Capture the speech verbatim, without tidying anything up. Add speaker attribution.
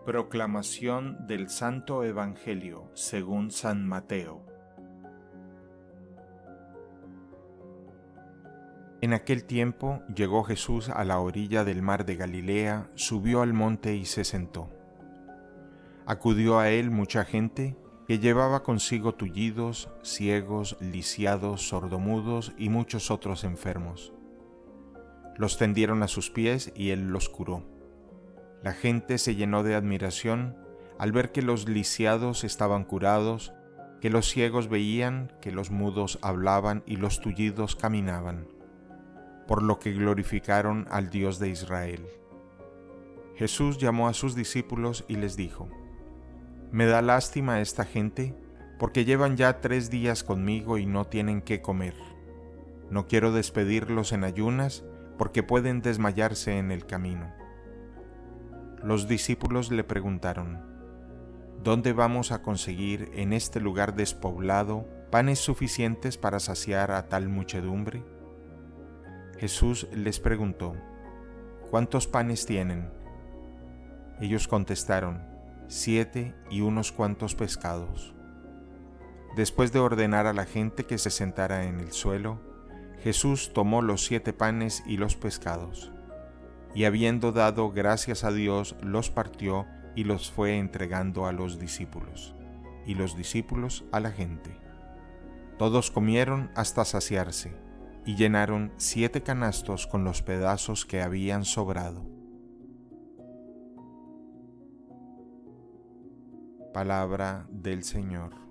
Speaker 1: Proclamación del Santo Evangelio según San Mateo. En aquel tiempo llegó Jesús a la orilla del mar de Galilea, subió al monte y se sentó. Acudió a él mucha gente que llevaba consigo tullidos, ciegos, lisiados, sordomudos y muchos otros enfermos. Los tendieron a sus pies y él los curó. La gente se llenó de admiración al ver que los lisiados estaban curados, que los ciegos veían, que los mudos hablaban y los tullidos caminaban, por lo que glorificaron al Dios de Israel. Jesús llamó a sus discípulos y les dijo: «Me da lástima esta gente, porque llevan ya tres días conmigo y no tienen qué comer. No quiero despedirlos en ayunas, porque pueden desmayarse en el camino». Los discípulos le preguntaron: «¿Dónde vamos a conseguir en este lugar despoblado panes suficientes para saciar a tal muchedumbre?» Jesús les preguntó: «¿Cuántos panes tienen?» Ellos contestaron: «Siete y unos cuantos pescados». Después de ordenar a la gente que se sentara en el suelo, Jesús tomó los siete panes y los pescados, y habiendo dado gracias a Dios, los partió y los fue entregando a los discípulos, y los discípulos a la gente. Todos comieron hasta saciarse, y llenaron siete canastos con los pedazos que habían sobrado. Palabra del Señor.